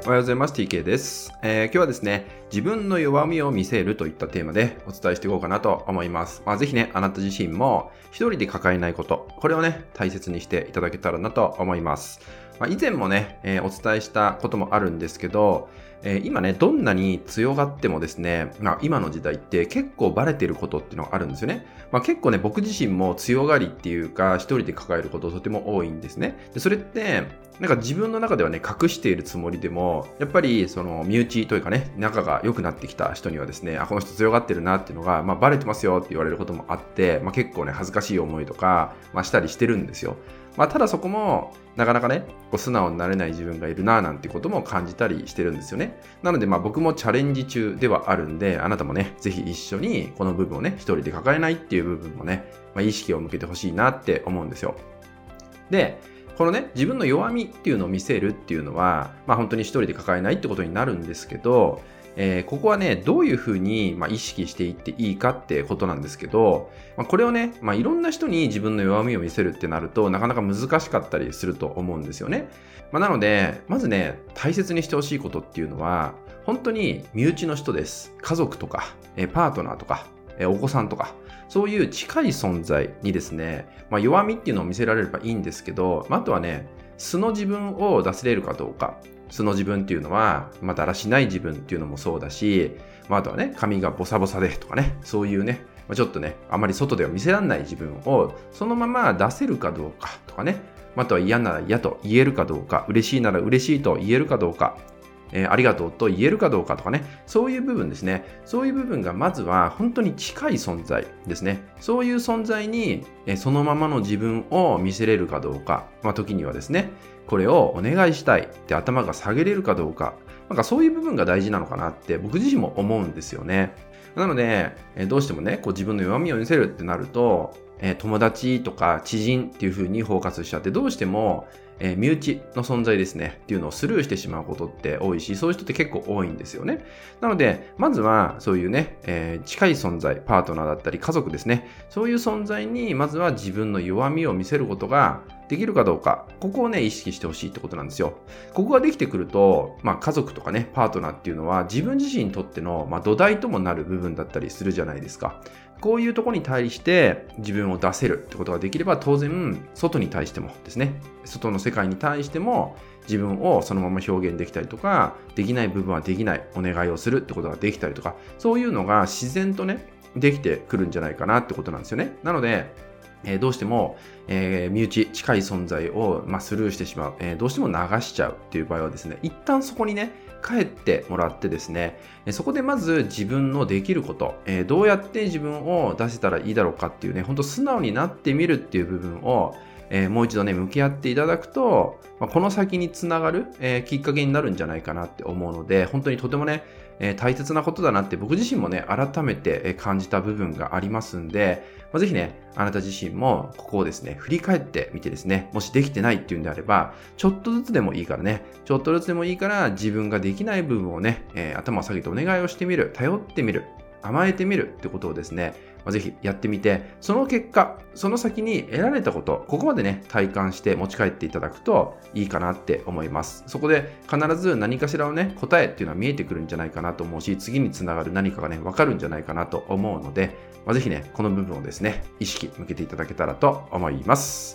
おはようございます。TK です。今日はですね、自分の弱みを見せるといったテーマでお伝えしていこうかなと思います。ぜひね、あなた自身も一人で抱えないこと、これをね、大切にしていただけたらなと思います。以前もね、お伝えしたこともあるんですけど、今ね、どんなに強がってもですね、今の時代って結構バレてることっていうのがあるんですよね。結構ね、僕自身も強がりっていうか、一人で抱えることとても多いんですね。でそれって、なんか自分の中ではね、隠しているつもりでも、やっぱりその身内というかね、仲が良くなってきた人にはですね、この人強がってるなっていうのが、バレてますよって言われることもあって、結構ね、恥ずかしい思いとか、したりしてるんですよ。ただそこも、なかなかね、素直になれない自分がいるななんてことも感じたりしてるんですよね。なので僕もチャレンジ中ではあるんで、あなたもね、ぜひ一緒にこの部分をね、一人で抱えないっていう部分もね、意識を向けてほしいなって思うんですよ。で、このね、自分の弱みっていうのを見せるっていうのは、本当に一人で抱えないってことになるんですけど、ここはね、どういうふうに、意識していっていいかってことなんですけど、これをね、いろんな人に自分の弱みを見せるってなると、なかなか難しかったりすると思うんですよね。なので、まずね、大切にしてほしいことっていうのは、本当に身内の人です。家族とか、パートナーとか、お子さんとか、そういう近い存在にですね、弱みっていうのを見せられればいいんですけど、あとはね、素の自分を出せれるかどうか。素の自分っていうのは、だらしない自分っていうのもそうだし、あとはね、髪がボサボサでとかね、そういうね、ちょっとね、あまり外では見せられない自分をそのまま出せるかどうかとかね、あとは嫌なら嫌と言えるかどうか、嬉しいなら嬉しいと言えるかどうか、ありがとうと言えるかどうかとかね、そういう部分ですね。そういう部分がまずは本当に近い存在ですね。そういう存在にそのままの自分を見せれるかどうか、時にはですね、これをお願いしたいって頭が下げれるかどうか、そういう部分が大事なのかなって僕自身も思うんですよね。なので、どうしてもね、自分の弱みを見せるってなると、友達とか知人っていう風にフォーカスしちゃって、どうしても身内の存在ですねっていうのをスルーしてしまうことって多いし、そういう人って結構多いんですよね。なので、まずはそういうね、近い存在、パートナーだったり家族ですね。そういう存在にまずは自分の弱みを見せることができるかどうか、ここをね、意識してほしいってことなんですよ。ここができてくると、家族とかね、パートナーっていうのは自分自身にとっての、土台ともなる部分だったりするじゃないですか。こういうところに対して自分を出せるってことができれば、当然外に対してもですね、外の世界に対しても自分をそのまま表現できたりとか、できない部分はできないお願いをするってことができたりとか、そういうのが自然とね、できてくるんじゃないかなってことなんですよね。なので、どうしても、身内近い存在を、スルーしてしまう、どうしても流しちゃうっていう場合はですね、一旦そこにね、帰ってもらってですね、そこでまず自分のできること、どうやって自分を出せたらいいだろうかっていうね、本当素直になってみるっていう部分を、もう一度ね、向き合っていただくと、この先につながる、きっかけになるんじゃないかなって思うので、本当にとてもね、大切なことだなって僕自身もね、改めて感じた部分がありますんで、ぜひね、あなた自身もここをですね、振り返ってみてですね、もしできてないっていうんであれば、ちょっとずつでもいいからね、ちょっとずつでもいいから自分ができない部分をね、頭を下げてお願いをしてみる、頼ってみる、甘えてみるってことをですね、ぜひやってみて、その結果、その先に得られたこと、ここまでね、体感して持ち帰っていただくといいかなって思います。そこで必ず何かしらのね、答えっていうのは見えてくるんじゃないかなと思うし、次につながる何かがね、わかるんじゃないかなと思うので、ぜひね、この部分をですね、意識向けていただけたらと思います。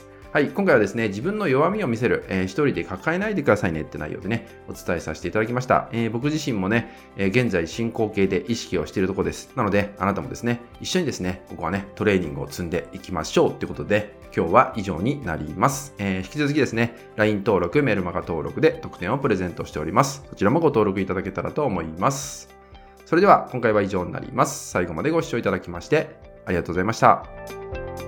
はい、今回はですね、自分の弱みを見せる、一人で抱えないでくださいねって内容でね、お伝えさせていただきました。僕自身もね、現在進行形で意識をしているところです。なので、あなたもですね、一緒にですね、ここはね、トレーニングを積んでいきましょうということで、今日は以上になります。引き続きですね、LINE 登録、メルマガ登録で特典をプレゼントしております。そちらもご登録いただけたらと思います。それでは、今回は以上になります。最後までご視聴いただきまして、ありがとうございました。